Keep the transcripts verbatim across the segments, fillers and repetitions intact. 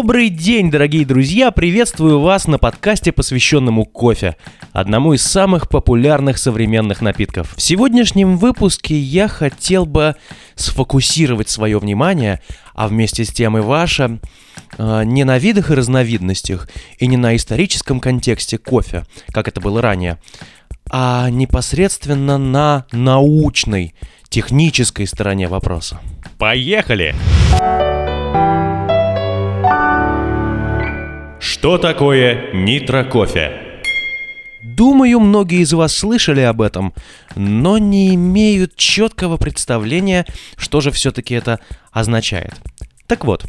Добрый день, дорогие друзья! Приветствую вас на подкасте, посвященному кофе, одному из самых популярных современных напитков. В сегодняшнем выпуске я хотел бы сфокусировать свое внимание, а вместе с тем и ваше, не на видах и разновидностях, и не на историческом контексте кофе, как это было ранее, а непосредственно на научной, технической стороне вопроса. Поехали! Что такое нитро-кофе? Думаю, многие из вас слышали об этом, но не имеют четкого представления, что же все-таки это означает. Так вот,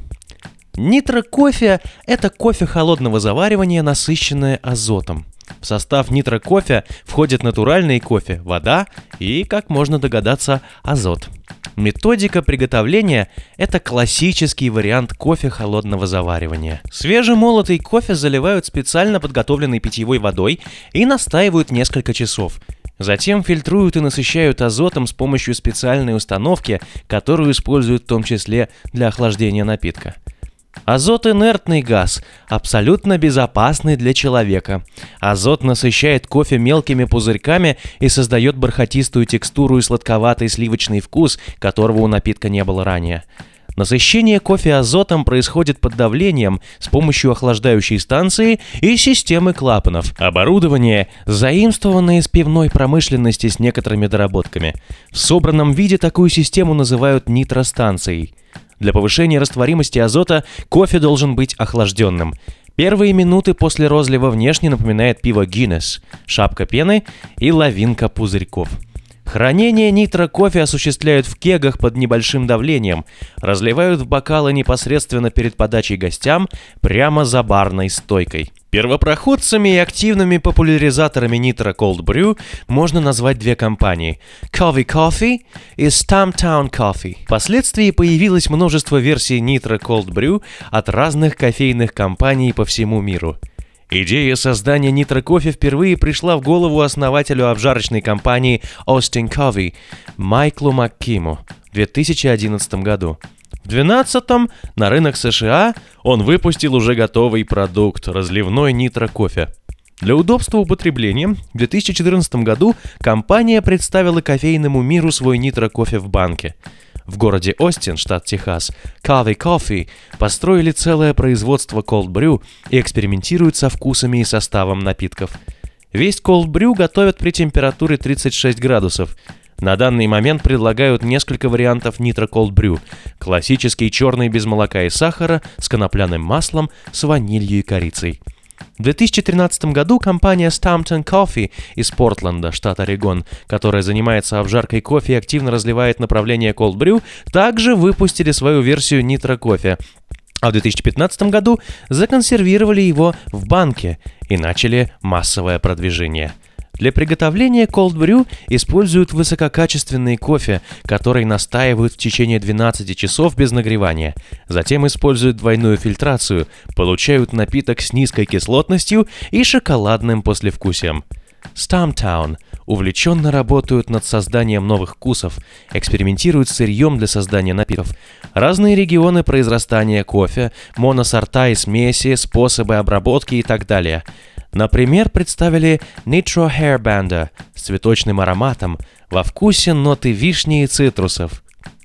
нитро-кофе – это кофе холодного заваривания, насыщенное азотом. В состав нитро-кофе входит натуральный кофе, вода и, как можно догадаться, азот. Методика приготовления – это классический вариант кофе холодного заваривания. Свежемолотый кофе заливают специально подготовленной питьевой водой и настаивают несколько часов. Затем фильтруют и насыщают азотом с помощью специальной установки, которую используют в том числе для охлаждения напитка. Азот – инертный газ, абсолютно безопасный для человека. Азот насыщает кофе мелкими пузырьками и создает бархатистую текстуру и сладковатый сливочный вкус, которого у напитка не было ранее. Насыщение кофе азотом происходит под давлением с помощью охлаждающей станции и системы клапанов. Оборудование заимствовано из пивной промышленности с некоторыми доработками. В собранном виде такую систему называют нитростанцией. Для повышения растворимости азота кофе должен быть охлажденным. Первые минуты после розлива внешне напоминает пиво Guinness, шапка пены и лавинка пузырьков. Хранение нитро-кофе осуществляют в кегах под небольшим давлением, разливают в бокалы непосредственно перед подачей гостям прямо за барной стойкой. Первопроходцами и активными популяризаторами нитро Cold Brew можно назвать две компании – Covey Coffee и Stumptown Coffee. Впоследствии появилось множество версий нитро Cold Brew от разных кофейных компаний по всему миру. Идея создания нитро-кофе впервые пришла в голову основателю обжарочной компании Austin Covey Майклу Маккиму в две тысячи одиннадцатом году. В две тысячи двенадцатом на рынок США он выпустил уже готовый продукт – разливной нитро-кофе. Для удобства употребления в две тысячи четырнадцатом году компания представила кофейному миру свой нитро-кофе в банке. В городе Остин, штат Техас, Covey Coffee построили целое производство Cold Brew и экспериментируют со вкусами и составом напитков. Весь Cold Brew готовят при температуре тридцать шесть градусов. На данный момент предлагают несколько вариантов нитро Cold Brew. Классический черный без молока и сахара, с конопляным маслом, с ванилью и корицей. В две тысячи тринадцатом году компания Stumptown Coffee из Портленда, штат Орегон, которая занимается обжаркой кофе и активно разливает направление Cold Brew, также выпустили свою версию нитро-кофе, а в две тысячи пятнадцатом году законсервировали его в банке и начали массовое продвижение. Для приготовления Cold Brew используют высококачественный кофе, который настаивают в течение двенадцати часов без нагревания. Затем используют двойную фильтрацию, получают напиток с низкой кислотностью и шоколадным послевкусием. Stumptown увлеченно работают над созданием новых вкусов, экспериментируют с сырьем для создания напитков. Разные регионы произрастания кофе, моносорта и смеси, способы обработки и так далее. Например, представили Nitro Hair Banda с цветочным ароматом, во вкусе ноты вишни и цитрусов.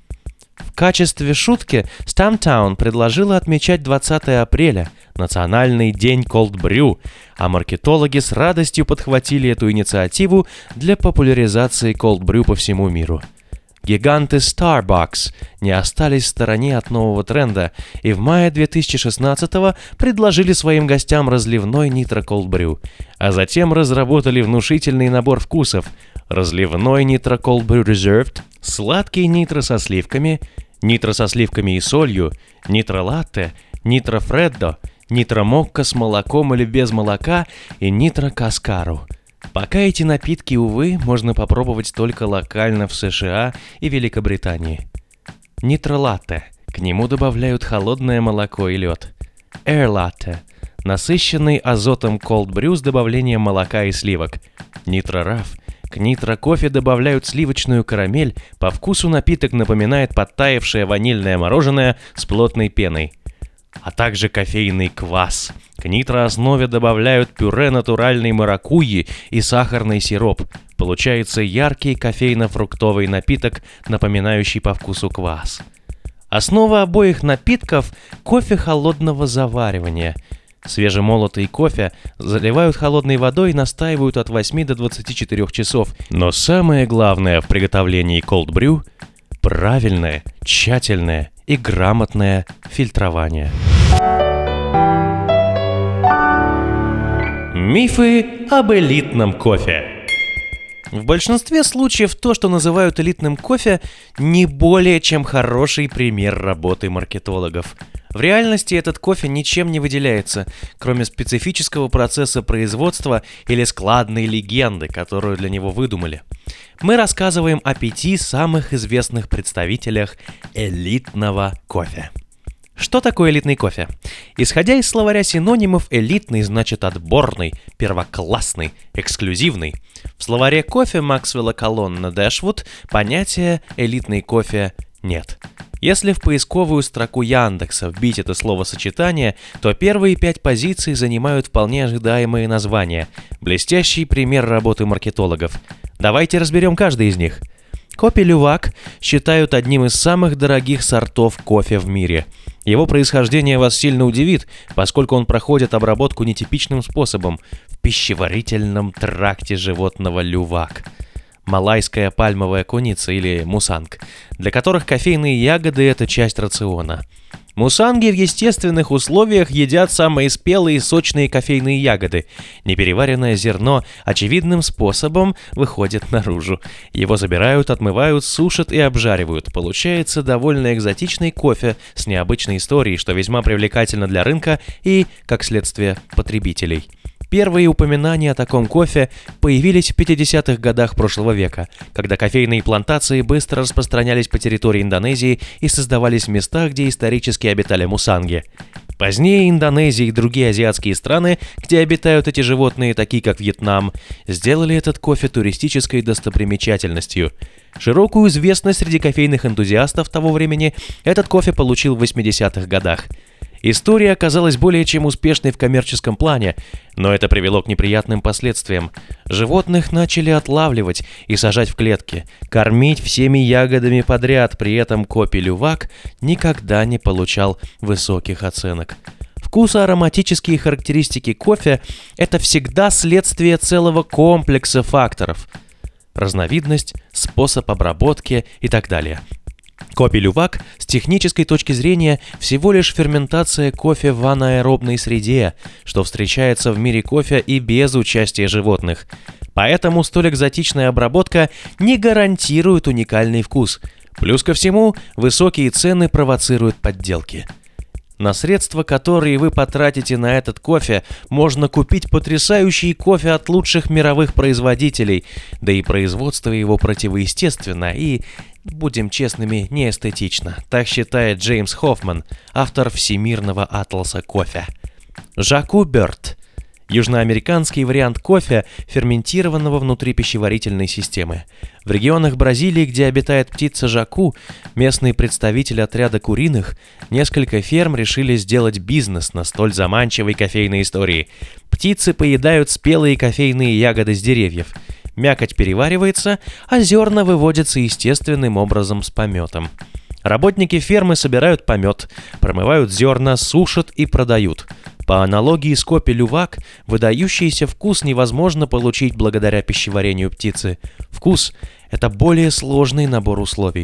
В качестве шутки Stumptown предложила отмечать двадцатого апреля, Национальный день Cold Brew, а маркетологи с радостью подхватили эту инициативу для популяризации Cold Brew по всему миру. Гиганты Starbucks не остались в стороне от нового тренда и в мае две тысячи шестнадцатого предложили своим гостям разливной нитро Cold Brew, а затем разработали внушительный набор вкусов: разливной нитро Cold Brew Reserved, сладкий нитро со сливками, нитро со сливками и солью, нитро латте, нитро фреддо, нитро мокко с молоком или без молока и нитро каскару. Пока эти напитки, увы, можно попробовать только локально в США и Великобритании. Нитро-латте. К нему добавляют холодное молоко и лед. Air-латте. Насыщенный азотом Cold Brew с добавлением молока и сливок. Нитро-раф. К нитро-кофе добавляют сливочную карамель. По вкусу напиток напоминает подтаявшее ванильное мороженое с плотной пеной. а также кофейный квас. К нитрооснове добавляют пюре натуральной маракуйи и сахарный сироп. Получается яркий кофейно-фруктовый напиток, напоминающий по вкусу квас. Основа обоих напитков – кофе холодного заваривания. Свежемолотый кофе заливают холодной водой и настаивают от восьми до двадцати четырёх часов. Но самое главное в приготовлении cold brew – правильное, тщательное и грамотное фильтрование. Мифы об элитном кофе. В большинстве случаев то, что называют элитным кофе, не более чем хороший пример работы маркетологов. В реальности этот кофе ничем не выделяется, кроме специфического процесса производства или складной легенды, которую для него выдумали. Мы рассказываем о пяти самых известных представителях элитного кофе. Что такое элитный кофе? Исходя из словаря синонимов, элитный значит отборный, первоклассный, эксклюзивный. В словаре кофе Максвелла Колонна Дэшвуд понятия «элитный кофе» нет. Если в поисковую строку Яндекса вбить это словосочетание, то первые пять позиций занимают вполне ожидаемые названия. Блестящий пример работы маркетологов. Давайте разберем каждый из них. Копи Лювак считают одним из самых дорогих сортов кофе в мире. Его происхождение вас сильно удивит, поскольку он проходит обработку нетипичным способом – в пищеварительном тракте животного лювак. Малайская пальмовая куница или мусанг, для которых кофейные ягоды – это часть рациона. Мусанги в естественных условиях едят самые спелые и сочные кофейные ягоды. Непереваренное зерно очевидным способом выходит наружу. Его забирают, отмывают, сушат и обжаривают. Получается довольно экзотичный кофе с необычной историей, что весьма привлекательно для рынка и, как следствие, потребителей. Первые упоминания о таком кофе появились в пятидесятых годах прошлого века, когда кофейные плантации быстро распространялись по территории Индонезии и создавались в местах, где исторически обитали мусанги. Позднее Индонезия и другие азиатские страны, где обитают эти животные, такие как Вьетнам, сделали этот кофе туристической достопримечательностью. Широкую известность среди кофейных энтузиастов того времени этот кофе получил в восьмидесятых годах. История оказалась более чем успешной в коммерческом плане, но это привело к неприятным последствиям. Животных начали отлавливать и сажать в клетки, кормить всеми ягодами подряд, при этом Копи Лювак никогда не получал высоких оценок. Вкусоароматические характеристики кофе – это всегда следствие целого комплекса факторов. Разновидность, способ обработки и так далее. Копи Лювак с технической точки зрения всего лишь ферментация кофе в анаэробной среде, что встречается в мире кофе и без участия животных. Поэтому столь экзотичная обработка не гарантирует уникальный вкус. Плюс ко всему, высокие цены провоцируют подделки. На средства, которые вы потратите на этот кофе, можно купить потрясающий кофе от лучших мировых производителей, да и производство его противоестественно и, будем честными, неэстетично. Так считает Джеймс Хоффман, автор Всемирного атласа кофе. Жаку Бёрд – южноамериканский вариант кофе, ферментированного внутри пищеварительной системы. В регионах Бразилии, где обитает птица жаку, местные представители отряда куриных, несколько ферм решили сделать бизнес на столь заманчивой кофейной истории. Птицы поедают спелые кофейные ягоды с деревьев. Мякоть переваривается, а зерна выводятся естественным образом с пометом. Работники фермы собирают помет, промывают зерна, сушат и продают. По аналогии с Копи Лювак, выдающийся вкус невозможно получить благодаря пищеварению птицы. Вкус – это более сложный набор условий.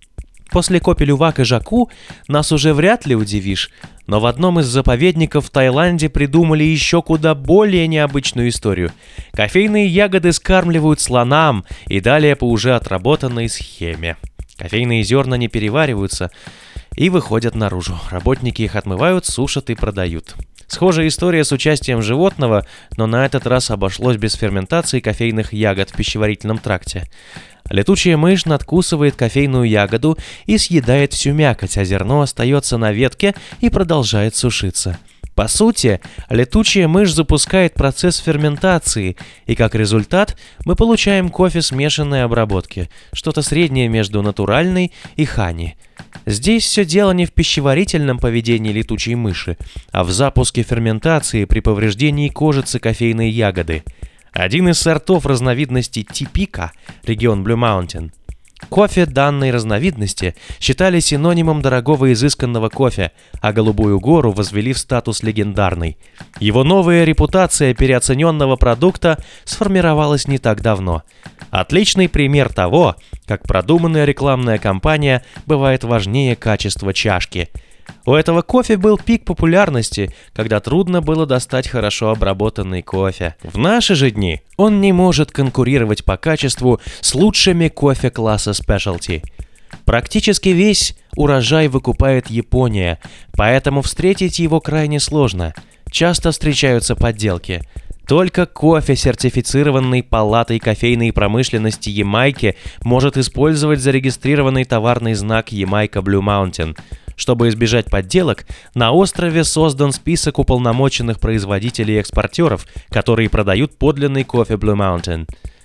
После Копи Лювак и Жаку нас уже вряд ли удивишь, но в одном из заповедников в Таиланде придумали еще куда более необычную историю. Кофейные ягоды скармливают слонам и далее по уже отработанной схеме. Кофейные зерна не перевариваются и выходят наружу. Работники их отмывают, сушат и продают. Схожая история с участием животного, но на этот раз обошлось без ферментации кофейных ягод в пищеварительном тракте. Летучая мышь надкусывает кофейную ягоду и съедает всю мякоть, а зерно остается на ветке и продолжает сушиться. По сути, летучая мышь запускает процесс ферментации, и как результат мы получаем кофе смешанной обработки, что-то среднее между натуральной и хани. Здесь все дело не в пищеварительном поведении летучей мыши, а в запуске ферментации при повреждении кожицы кофейной ягоды. Один из сортов разновидности Типика, регион Blue Mountain. Кофе данной разновидности считали синонимом дорогого и изысканного кофе, а Голубую гору возвели в статус легендарной. Его новая репутация переоцененного продукта сформировалась не так давно. Отличный пример того, как продуманная рекламная кампания бывает важнее качества чашки. У этого кофе был пик популярности, когда трудно было достать хорошо обработанный кофе. В наши же дни он не может конкурировать по качеству с лучшими кофе класса Specialty. Практически весь урожай выкупает Япония, поэтому встретить его крайне сложно. Часто встречаются подделки. Только кофе, сертифицированный Палатой кофейной промышленности Ямайки, может использовать зарегистрированный товарный знак Ямайка Blue Mountain. Чтобы избежать подделок, на острове создан список уполномоченных производителей и экспортеров, которые продают подлинный кофе Blue Mountain.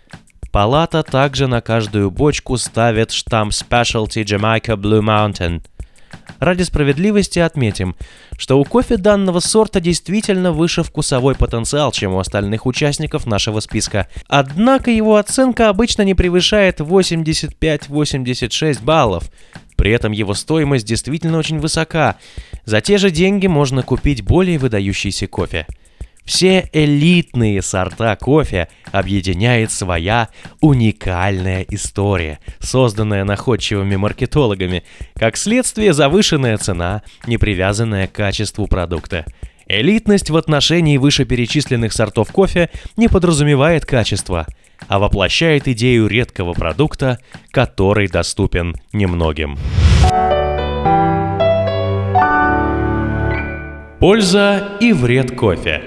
Палата также на каждую бочку ставит штамп Specialty Jamaica Blue Mountain. Ради справедливости отметим, что у кофе данного сорта действительно выше вкусовой потенциал, чем у остальных участников нашего списка. Однако его оценка обычно не превышает восемьдесят пять - восемьдесят шесть баллов. При этом его стоимость действительно очень высока. За те же деньги можно купить более выдающийся кофе. Все элитные сорта кофе объединяет своя уникальная история, созданная находчивыми маркетологами. Как следствие, завышенная цена, не привязанная к качеству продукта. Элитность в отношении вышеперечисленных сортов кофе не подразумевает качество, а воплощает идею редкого продукта, который доступен немногим. Польза и вред кофе.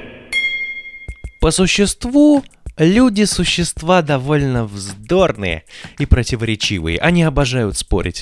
По существу, люди – существа довольно вздорные и противоречивые. Они обожают спорить.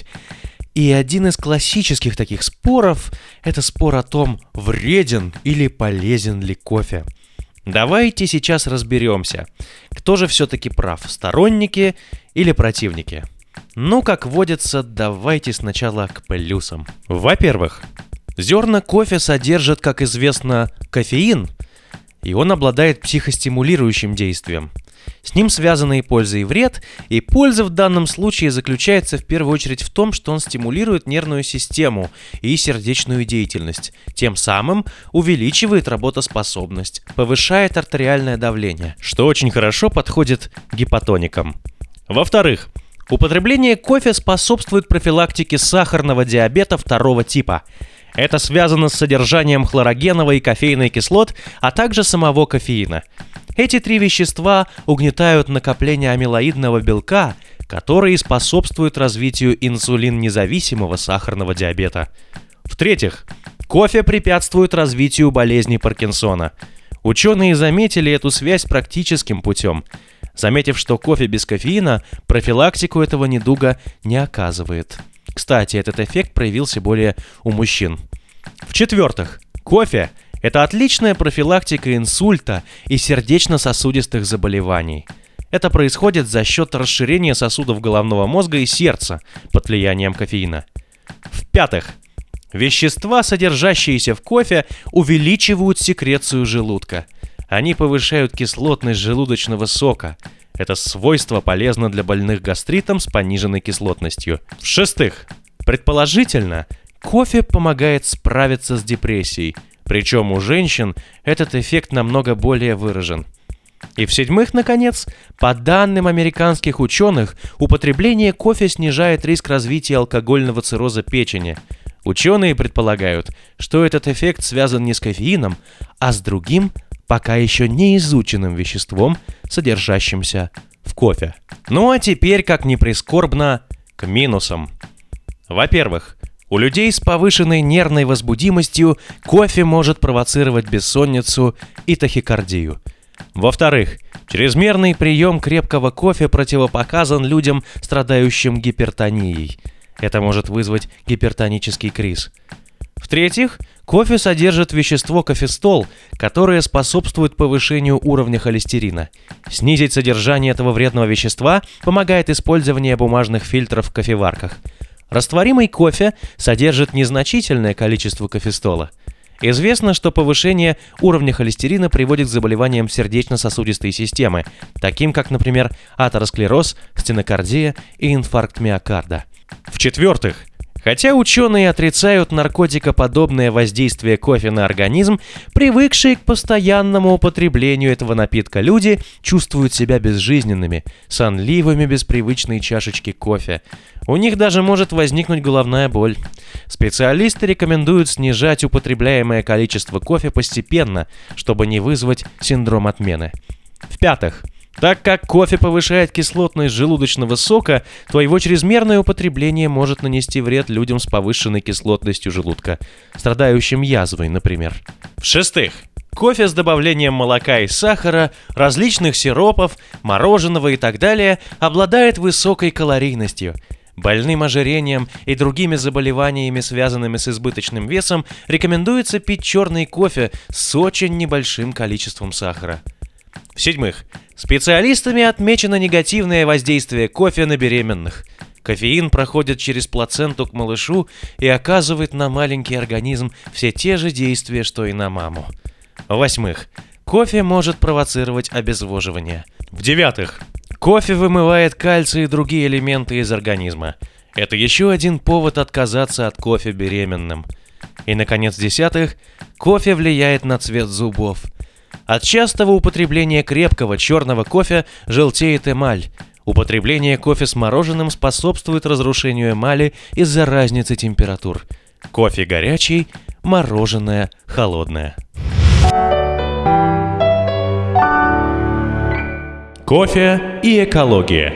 И один из классических таких споров – это спор о том, вреден или полезен ли кофе. Давайте сейчас разберемся, кто же все-таки прав – сторонники или противники. Ну, как водится, давайте сначала к плюсам. Во-первых, зерна кофе содержат, как известно, кофеин, и он обладает психостимулирующим действием. С ним связаны и польза, и вред, и польза в данном случае заключается в первую очередь в том, что он стимулирует нервную систему и сердечную деятельность, тем самым увеличивает работоспособность, повышает артериальное давление, что очень хорошо подходит гипотоникам. Во-вторых, употребление кофе способствует профилактике сахарного диабета второго типа. Это связано с содержанием хлорогеновой и кофейной кислот, а также самого кофеина. Эти три вещества угнетают накопление амилоидного белка, который способствует развитию инсулин-независимого сахарного диабета. В-третьих, кофе препятствует развитию болезни Паркинсона. Ученые заметили эту связь практическим путем, заметив, что кофе без кофеина профилактику этого недуга не оказывает. Кстати, этот эффект проявился более у мужчин. В-четвертых, кофе – это отличная профилактика инсульта и сердечно-сосудистых заболеваний. Это происходит за счет расширения сосудов головного мозга и сердца под влиянием кофеина. В-пятых, вещества, содержащиеся в кофе, увеличивают секрецию желудка. Они повышают кислотность желудочного сока. Это свойство полезно для больных гастритом с пониженной кислотностью. В-шестых, предположительно, кофе помогает справиться с депрессией, причем у женщин этот эффект намного более выражен. И в-седьмых, наконец, по данным американских ученых, употребление кофе снижает риск развития алкогольного цирроза печени. Ученые предполагают, что этот эффект связан не с кофеином, а с другим, пока еще не изученным веществом, содержащимся в кофе. Ну а теперь, как ни прискорбно, к минусам. Во-первых, у людей с повышенной нервной возбудимостью кофе может провоцировать бессонницу и тахикардию. Во-вторых, чрезмерный прием крепкого кофе противопоказан людям, страдающим гипертонией. Это может вызвать гипертонический криз. В-третьих, Кофе содержит вещество кофестол, которое способствует повышению уровня холестерина. Снизить содержание этого вредного вещества помогает использование бумажных фильтров в кофеварках. Растворимый кофе содержит незначительное количество кофестола. Известно, что повышение уровня холестерина приводит к заболеваниям сердечно-сосудистой системы, таким как, например, атеросклероз, стенокардия и инфаркт миокарда. В-четвертых, хотя ученые отрицают наркотикоподобное воздействие кофе на организм, привыкшие к постоянному употреблению этого напитка люди чувствуют себя безжизненными, сонливыми без привычной чашечки кофе. У них даже может возникнуть головная боль. Специалисты рекомендуют снижать употребляемое количество кофе постепенно, чтобы не вызвать синдром отмены. В-пятых, так как кофе повышает кислотность желудочного сока, то его чрезмерное употребление может нанести вред людям с повышенной кислотностью желудка, страдающим язвой, например. В-шестых, кофе с добавлением молока и сахара, различных сиропов, мороженого и так далее обладает высокой калорийностью. Больным ожирением и другими заболеваниями, связанными с избыточным весом, рекомендуется пить черный кофе с очень небольшим количеством сахара. В-седьмых, специалистами отмечено негативное воздействие кофе на беременных. Кофеин проходит через плаценту к малышу и оказывает на маленький организм все те же действия, что и на маму. В-восьмых, кофе может провоцировать обезвоживание. В-девятых, кофе вымывает кальций и другие элементы из организма. Это еще один повод отказаться от кофе беременным. И, наконец, в-десятых, кофе влияет на цвет зубов. От частого употребления крепкого черного кофе желтеет эмаль. Употребление кофе с мороженым способствует разрушению эмали из-за разницы температур. Кофе горячий, мороженое холодное. Кофе и экология.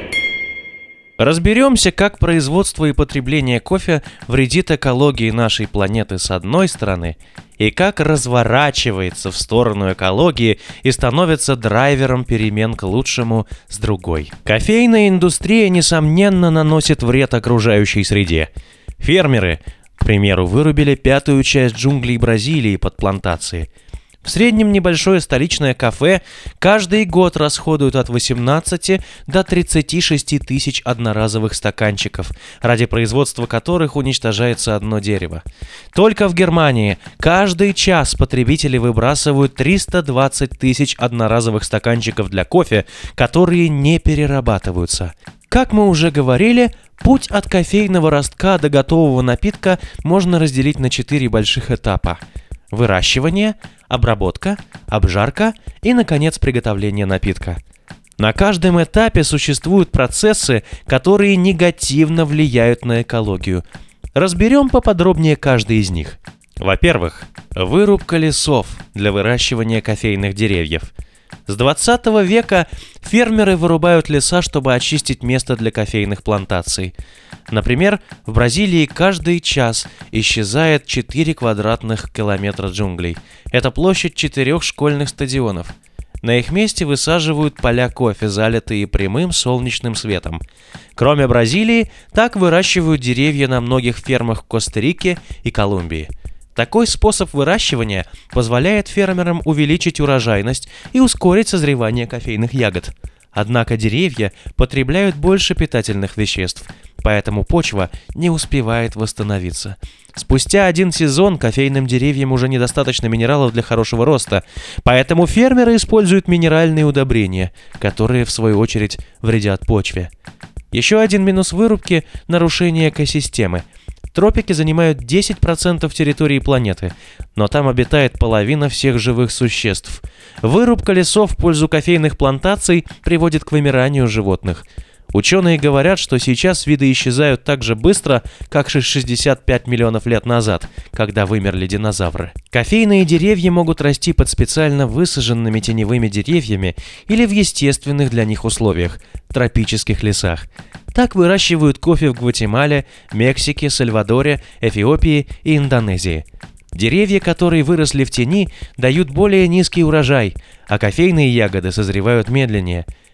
Разберемся, как производство и потребление кофе вредит экологии нашей планеты с одной стороны, и как разворачивается в сторону экологии и становится драйвером перемен к лучшему с другой. Кофейная индустрия, несомненно, наносит вред окружающей среде. Фермеры, к примеру, вырубили пятую часть джунглей Бразилии под плантации. В среднем небольшое столичное кафе каждый год расходует от восемнадцати до тридцати шести тысяч одноразовых стаканчиков, ради производства которых уничтожается одно дерево. Только в Германии каждый час потребители выбрасывают триста двадцать тысяч одноразовых стаканчиков для кофе, которые не перерабатываются. Как мы уже говорили, путь от кофейного ростка до готового напитка можно разделить на четыре больших этапа. Выращивание, обработка, обжарка и, наконец, приготовление напитка. На каждом этапе существуют процессы, которые негативно влияют на экологию. Разберем поподробнее каждый из них. Во-первых, вырубка лесов для выращивания кофейных деревьев. С двадцатого века фермеры вырубают леса, чтобы очистить место для кофейных плантаций. Например, в Бразилии каждый час исчезает четыре квадратных километра джунглей. Это площадь четырех школьных стадионов. На их месте высаживают поля кофе, залитые прямым солнечным светом. Кроме Бразилии, так выращивают деревья на многих фермах в Коста-Рике и Колумбии. Такой способ выращивания позволяет фермерам увеличить урожайность и ускорить созревание кофейных ягод. Однако деревья потребляют больше питательных веществ, поэтому почва не успевает восстановиться. Спустя один сезон кофейным деревьям уже недостаточно минералов для хорошего роста, поэтому фермеры используют минеральные удобрения, которые, в свою очередь, вредят почве. Еще один минус вырубки – нарушение экосистемы. Тропики занимают десять процентов территории планеты, но там обитает половина всех живых существ. Вырубка лесов в пользу кофейных плантаций приводит к вымиранию животных. Ученые говорят, что сейчас виды исчезают так же быстро, как шестьдесят пять миллионов лет назад, когда вымерли динозавры. Кофейные деревья могут расти под специально высаженными теневыми деревьями или в естественных для них условиях – тропических лесах. Так выращивают кофе в Гватемале, Мексике, Сальвадоре, Эфиопии и Индонезии. Деревья, которые выросли в тени, дают более низкий урожай, а кофейные ягоды созревают медленнее.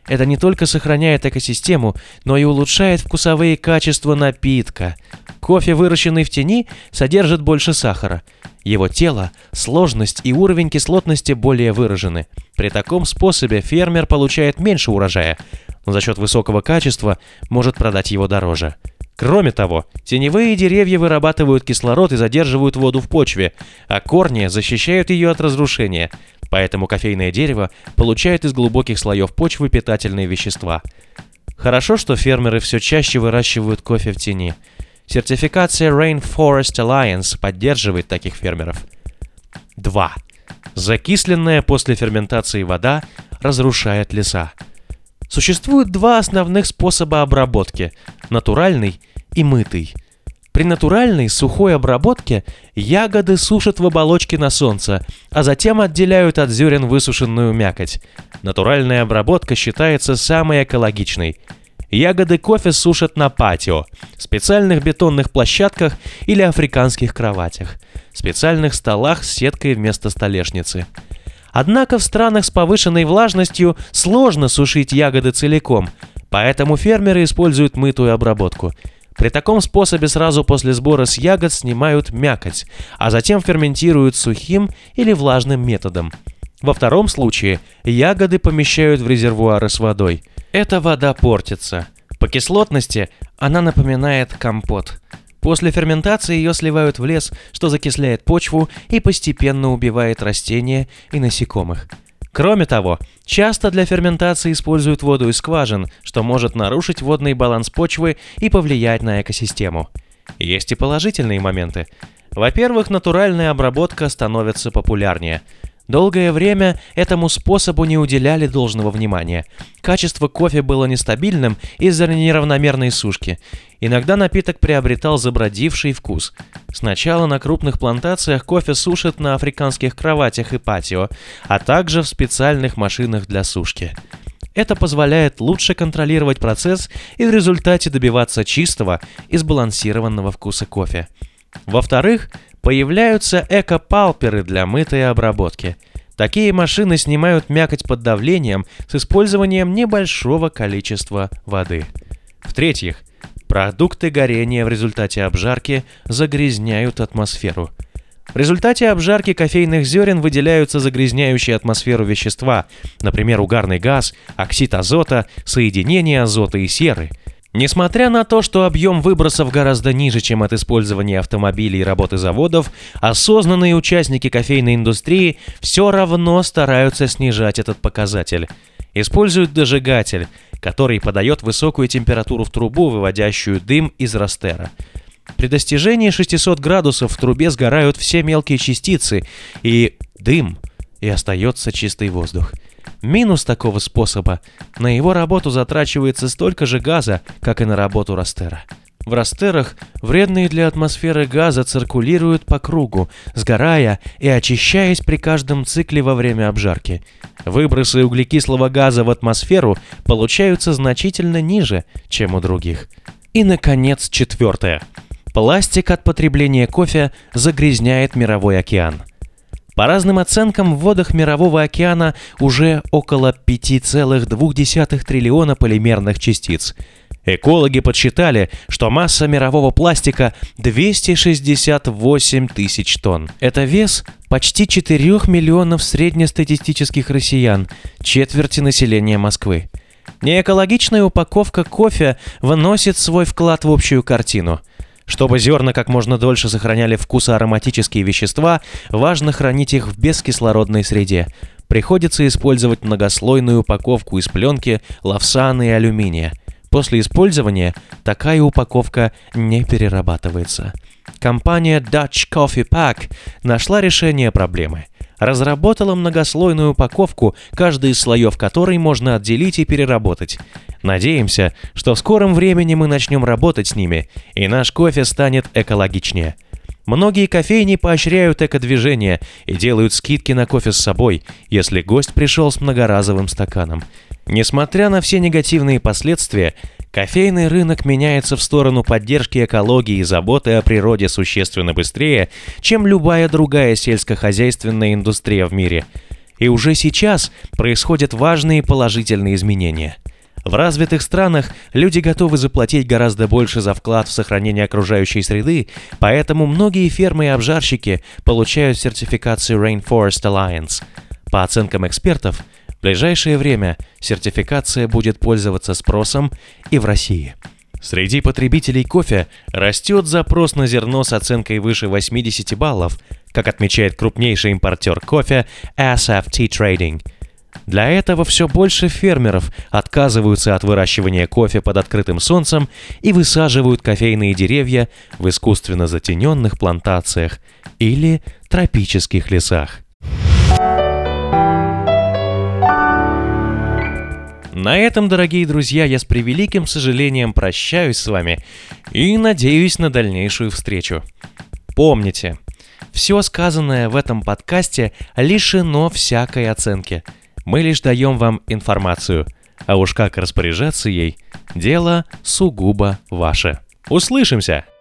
Это не только сохраняет экосистему, но и улучшает вкусовые качества напитка. Кофе, выращенный в тени, содержит больше сахара. Его тело, сложность и уровень кислотности более выражены. При таком способе фермер получает меньше урожая, но за счет высокого качества может продать его дороже. Кроме того, теневые деревья вырабатывают кислород и задерживают воду в почве, а корни защищают ее от разрушения. Поэтому кофейное дерево получает из глубоких слоев почвы питательные вещества. Хорошо, что фермеры все чаще выращивают кофе в тени. Сертификация Rainforest Alliance поддерживает таких фермеров. два. Закисленная после ферментации вода разрушает леса. Существует два основных способа обработки – натуральный и мытый. При натуральной сухой обработке ягоды сушат в оболочке на солнце, а затем отделяют от зерен высушенную мякоть. Натуральная обработка считается самой экологичной. Ягоды кофе сушат на патио, специальных бетонных площадках или африканских кроватях, специальных столах с сеткой вместо столешницы. Однако в странах с повышенной влажностью сложно сушить ягоды целиком, поэтому фермеры используют мытую обработку. При таком способе сразу после сбора с ягод снимают мякоть, а затем ферментируют сухим или влажным методом. Во втором случае ягоды помещают в резервуары с водой. Эта вода портится. По кислотности она напоминает компот. После ферментации ее сливают в лес, что закисляет почву и постепенно убивает растения и насекомых. Кроме того, часто для ферментации используют воду из скважин, что может нарушить водный баланс почвы и повлиять на экосистему. Есть и положительные моменты. Во-первых, натуральная обработка становится популярнее. Долгое время этому способу не уделяли должного внимания. Качество кофе было нестабильным из-за неравномерной сушки. Иногда напиток приобретал забродивший вкус. Сначала на крупных плантациях кофе сушат на африканских кроватях и патио, а также в специальных машинах для сушки. Это позволяет лучше контролировать процесс и в результате добиваться чистого и сбалансированного вкуса кофе. Во-вторых, появляются эко-палперы для мытой обработки. Такие машины снимают мякоть под давлением с использованием небольшого количества воды. В-третьих, продукты горения в результате обжарки загрязняют атмосферу. В результате обжарки кофейных зерен выделяются загрязняющие атмосферу вещества, например, угарный газ, оксид азота, соединение азота и серы. Несмотря на то, что объем выбросов гораздо ниже, чем от использования автомобилей и работы заводов, осознанные участники кофейной индустрии все равно стараются снижать этот показатель. Используют дожигатель, который подает высокую температуру в трубу, выводящую дым из ростера. При достижении шестисот градусов в трубе сгорают все мелкие частицы, и дым, и остается чистый воздух. Минус такого способа – на его работу затрачивается столько же газа, как и на работу ростера. В ростерах вредные для атмосферы газы циркулируют по кругу, сгорая и очищаясь при каждом цикле во время обжарки. Выбросы углекислого газа в атмосферу получаются значительно ниже, чем у других. И, наконец, четвертое. Пластик от потребления кофе загрязняет мировой океан. По разным оценкам, в водах Мирового океана уже около пять целых две десятых триллиона полимерных частиц. Экологи подсчитали, что масса мирового пластика двести шестьдесят восемь тысяч тонн. Это вес почти четырёх миллионов среднестатистических россиян, четверти населения Москвы. Неэкологичная упаковка кофе вносит свой вклад в общую картину. Чтобы зерна как можно дольше сохраняли вкусоароматические вещества, важно хранить их в бескислородной среде. Приходится использовать многослойную упаковку из пленки, лавсана и алюминия. После использования такая упаковка не перерабатывается. Компания Dutch Coffee Pack нашла решение проблемы. Разработала многослойную упаковку, каждый из слоев которой можно отделить и переработать. Надеемся, что в скором времени мы начнем работать с ними, и наш кофе станет экологичнее. Многие кофейни поощряют экодвижение и делают скидки на кофе с собой, если гость пришел с многоразовым стаканом. Несмотря на все негативные последствия, кофейный рынок меняется в сторону поддержки экологии и заботы о природе существенно быстрее, чем любая другая сельскохозяйственная индустрия в мире. И уже сейчас происходят важные положительные изменения. В развитых странах люди готовы заплатить гораздо больше за вклад в сохранение окружающей среды, поэтому многие фермы и обжарщики получают сертификацию Rainforest Alliance. По оценкам экспертов, в ближайшее время сертификация будет пользоваться спросом и в России. Среди потребителей кофе растет запрос на зерно с оценкой выше восемьдесят баллов, как отмечает крупнейший импортер кофе эс эф ти Trading. Для этого все больше фермеров отказываются от выращивания кофе под открытым солнцем и высаживают кофейные деревья в искусственно затененных плантациях или тропических лесах. На этом, дорогие друзья, я с превеликим сожалением прощаюсь с вами и надеюсь на дальнейшую встречу. Помните, все сказанное в этом подкасте лишено всякой оценки. Мы лишь даем вам информацию, а уж как распоряжаться ей – дело сугубо ваше. Услышимся!